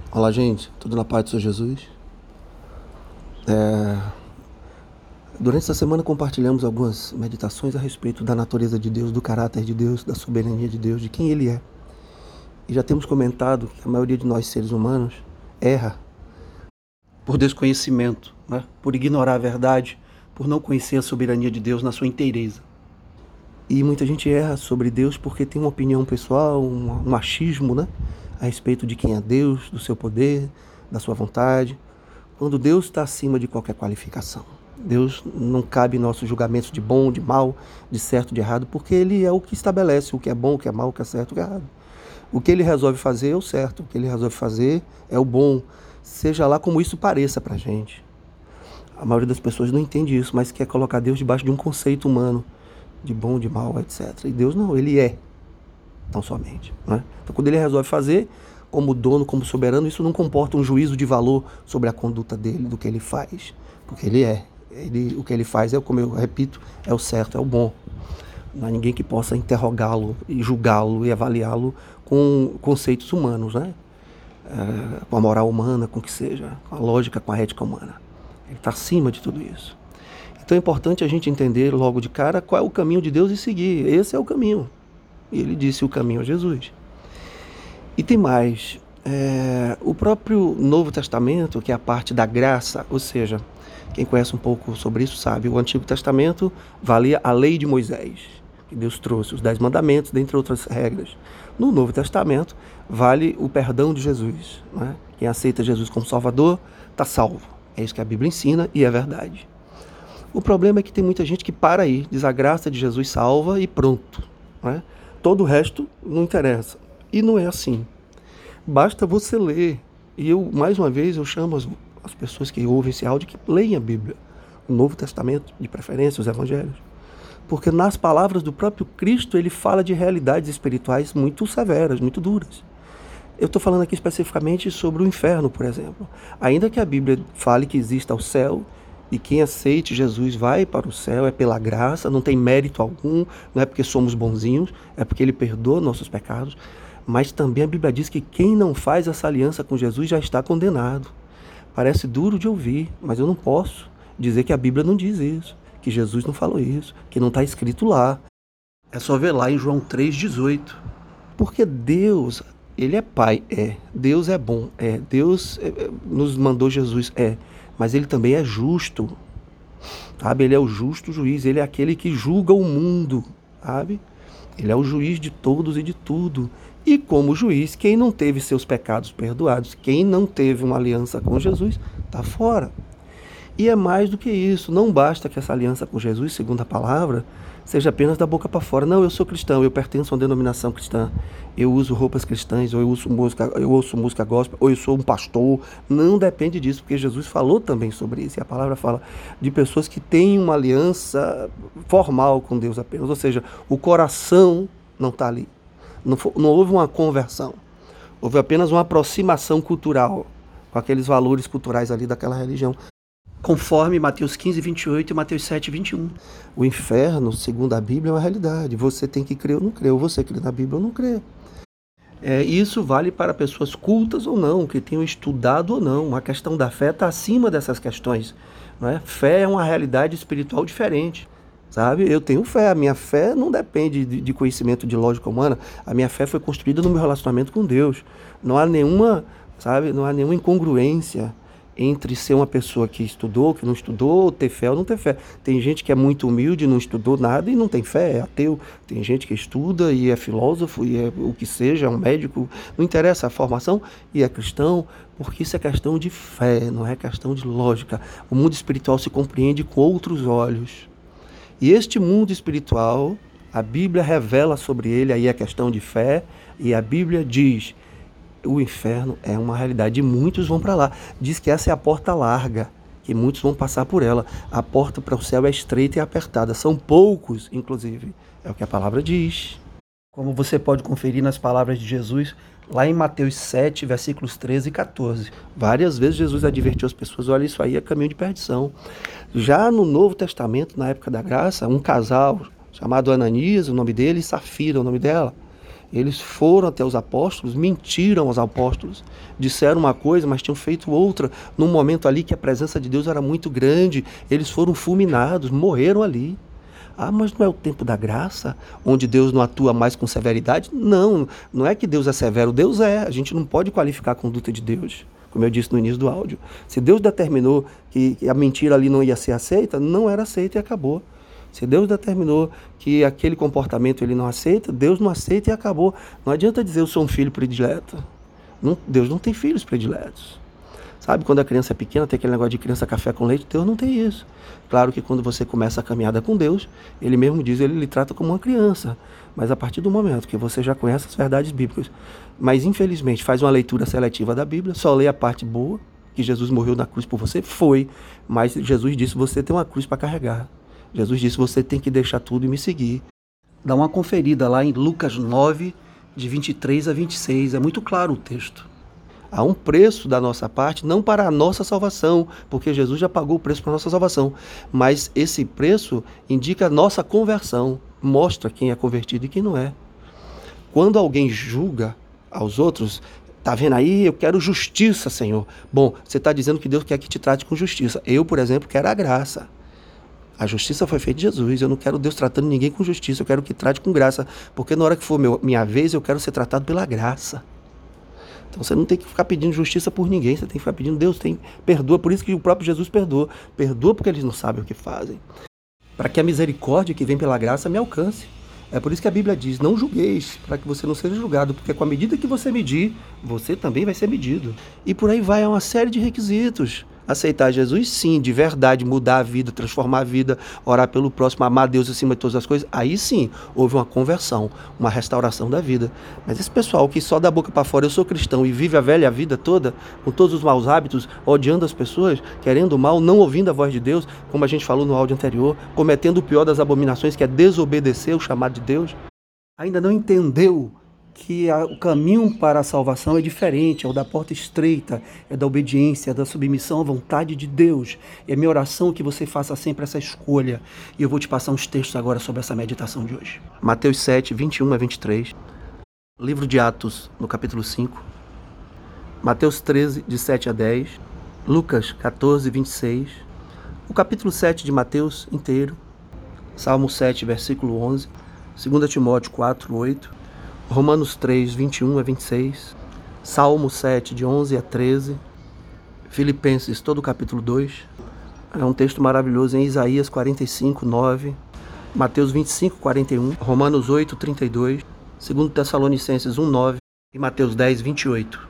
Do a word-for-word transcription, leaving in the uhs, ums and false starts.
Olá, gente, tudo na paz do Senhor Jesus? É... Durante essa semana compartilhamos algumas meditações a respeito da natureza de Deus, do caráter de Deus, da soberania de Deus, de quem Ele é. E já temos comentado que a maioria de nós seres humanos erra por desconhecimento, né? Por ignorar a verdade, por não conhecer a soberania de Deus na sua inteireza. E muita gente erra sobre Deus porque tem uma opinião pessoal, um, um achismo, né? A respeito de quem é Deus, do seu poder, da sua vontade, quando Deus está acima de qualquer qualificação. Deus não cabe em nossos julgamentos de bom, de mal, de certo, de errado, porque Ele é o que estabelece o que é bom, o que é mal, o que é certo, o que é errado. O que Ele resolve fazer é o certo, o que Ele resolve fazer é o bom, seja lá como isso pareça pra gente. A maioria das pessoas não entende isso, mas quer colocar Deus debaixo de um conceito humano, de bom, de mal, etcétera. E Deus não, Ele é, tão somente, né? Então quando Ele resolve fazer, como dono, como soberano, isso não comporta um juízo de valor sobre a conduta dele, do que ele faz, porque ele é. Ele, o que ele faz é, como eu repito, é o certo, é o bom. Não há ninguém que possa interrogá-lo e julgá-lo e avaliá-lo com conceitos humanos, né? É, com a moral humana, com o que seja, com a lógica, com a ética humana. Ele está acima de tudo isso. Então é importante a gente entender logo de cara qual é o caminho de Deus e seguir. Esse é o caminho. E ele disse: o caminho é Jesus. E tem mais, é, o próprio Novo Testamento, que é a parte da graça, ou seja, quem conhece um pouco sobre isso sabe, o Antigo Testamento valia a lei de Moisés, que Deus trouxe, os Dez Mandamentos, dentre outras regras. No Novo Testamento vale o perdão de Jesus, né? Quem aceita Jesus como Salvador está salvo. É isso que a Bíblia ensina e é verdade. O problema é que tem muita gente que para aí, diz: a graça de Jesus salva e pronto, né? Todo o resto não interessa. E não é assim. Basta você ler. E eu, mais uma vez, eu chamo as, as pessoas que ouvem esse áudio que leem a Bíblia, o Novo Testamento, de preferência, os Evangelhos. Porque nas palavras do próprio Cristo, ele fala de realidades espirituais muito severas, muito duras. Eu estou falando aqui especificamente sobre o inferno, por exemplo. Ainda que a Bíblia fale que exista o céu, e quem aceite Jesus vai para o céu, é pela graça, não tem mérito algum, não é porque somos bonzinhos, é porque Ele perdoa nossos pecados. Mas também a Bíblia diz que quem não faz essa aliança com Jesus já está condenado. Parece duro de ouvir, mas eu não posso dizer que a Bíblia não diz isso, que Jesus não falou isso, que não está escrito lá. É só ver lá em João três, dezoito. Porque Deus, Ele é Pai, é. Deus é bom, é. Deus nos mandou Jesus, é. Mas Ele também é justo, sabe? Ele é o justo juiz, Ele é aquele que julga o mundo, sabe? Ele é o juiz de todos e de tudo. E como juiz, quem não teve seus pecados perdoados, quem não teve uma aliança com Jesus, está fora. E é mais do que isso, não basta que essa aliança com Jesus, segundo a palavra, seja apenas da boca para fora. Não, eu sou cristão, eu pertenço a uma denominação cristã, eu uso roupas cristãs, ou eu uso música, eu ouço música gospel, ou eu sou um pastor. Não depende disso, porque Jesus falou também sobre isso. E a palavra fala de pessoas que têm uma aliança formal com Deus apenas, ou seja, o coração não está ali. Não, for, não houve uma conversão, houve apenas uma aproximação cultural com aqueles valores culturais ali daquela religião, conforme Mateus quinze, vinte e oito e Mateus sete, vinte e um. O inferno, segundo a Bíblia, é uma realidade. Você tem que crer ou não crer, ou você crê na Bíblia ou não crê. É, isso vale para pessoas cultas ou não, que tenham estudado ou não. A questão da fé está acima dessas questões, não é? Fé é uma realidade espiritual diferente. Sabe? Eu tenho fé, a minha fé não depende de, de conhecimento de lógica humana, a minha fé foi construída no meu relacionamento com Deus. Não há nenhuma, sabe, não há nenhuma incongruência entre ser uma pessoa que estudou, que não estudou, ter fé ou não ter fé. Tem gente que é muito humilde, não estudou nada e não tem fé, é ateu. Tem gente que estuda e é filósofo e é o que seja, é um médico, não interessa a formação e é cristão, porque isso é questão de fé, não é questão de lógica. O mundo espiritual se compreende com outros olhos. E este mundo espiritual, a Bíblia revela sobre ele, aí a questão de fé, e a Bíblia diz: o inferno é uma realidade e muitos vão para lá. Diz que essa é a porta larga, que muitos vão passar por ela. A porta para o céu é estreita e apertada, são poucos, inclusive, é o que a palavra diz. Como você pode conferir nas palavras de Jesus, lá em Mateus sete, versículos treze e quatorze. Várias vezes Jesus advertiu as pessoas: olha, isso aí é caminho de perdição. Já no Novo Testamento, na época da graça, um casal chamado Ananias, o nome dele, e Safira, o nome dela, Eles foram até os apóstolos, mentiram aos apóstolos, disseram uma coisa, mas tinham feito outra, num momento ali que a presença de Deus era muito grande, eles foram fulminados, morreram ali. Ah, mas não é o tempo da graça, onde Deus não atua mais com severidade? Não, não é que Deus é severo, Deus é, a gente não pode qualificar a conduta de Deus, como eu disse no início do áudio. Se Deus determinou que a mentira ali não ia ser aceita, não era aceita e acabou. Se Deus determinou que aquele comportamento ele não aceita, Deus não aceita e acabou. Não adianta dizer eu sou um filho predileto. Não, Deus não tem filhos prediletos. Sabe, quando a criança é pequena, tem aquele negócio de criança café com leite, Deus não tem isso. Claro que quando você começa a caminhada com Deus, Ele mesmo diz, Ele lhe trata como uma criança. Mas a partir do momento que você já conhece as verdades bíblicas, mas infelizmente faz uma leitura seletiva da Bíblia, só lê a parte boa, que Jesus morreu na cruz por você, foi. Mas Jesus disse, você tem uma cruz para carregar. Jesus disse, você tem que deixar tudo e me seguir. Dá uma conferida lá em Lucas nove, de vinte e três a vinte e seis, é muito claro o texto. Há um preço da nossa parte, não para a nossa salvação, porque Jesus já pagou o preço para a nossa salvação, mas esse preço indica a nossa conversão, mostra quem é convertido e quem não é. Quando alguém julga aos outros, tá vendo aí, eu quero justiça, Senhor. Bom, você está dizendo que Deus quer que te trate com justiça. Eu, por exemplo, quero a graça. A justiça foi feita de Jesus, eu não quero Deus tratando ninguém com justiça, eu quero que trate com graça, porque na hora que for meu, minha vez, eu quero ser tratado pela graça. Então você não tem que ficar pedindo justiça por ninguém, você tem que ficar pedindo, Deus tem, perdoa, por isso que o próprio Jesus perdoa, perdoa porque eles não sabem o que fazem, para que a misericórdia que vem pela graça me alcance. É por isso que a Bíblia diz, não julgueis, para que você não seja julgado, porque com a medida que você medir, você também vai ser medido. E por aí vai, é uma série de requisitos. Aceitar Jesus, sim, de verdade, mudar a vida, transformar a vida, orar pelo próximo, amar Deus acima de todas as coisas, aí sim, houve uma conversão, uma restauração da vida. Mas esse pessoal que só da boca para fora, eu sou cristão, e vive a velha vida toda, com todos os maus hábitos, odiando as pessoas, querendo o mal, não ouvindo a voz de Deus, como a gente falou no áudio anterior, cometendo o pior das abominações, que é desobedecer o chamado de Deus, ainda não entendeu que a, o caminho para a salvação é diferente, é o da porta estreita, é da obediência, é da submissão à vontade de Deus. E é minha oração que você faça sempre essa escolha. E eu vou te passar uns textos agora sobre essa meditação de hoje. Mateus sete, vinte e um a vinte e três. Livro de Atos, no capítulo cinco. Mateus treze, de sete a dez. Lucas quatorze, vinte e seis. O capítulo sete de Mateus inteiro. Salmo sete, versículo onze. dois Timóteo quatro, oito. Romanos três, vinte e um a vinte e seis, Salmo sete, de onze a treze, Filipenses, todo o capítulo dois, é um texto maravilhoso em Isaías quarenta e cinco, nove, Mateus vinte e cinco, quarenta e um, Romanos oito, trinta e dois, dois Tessalonicenses um, nove e Mateus dez, vinte e oito.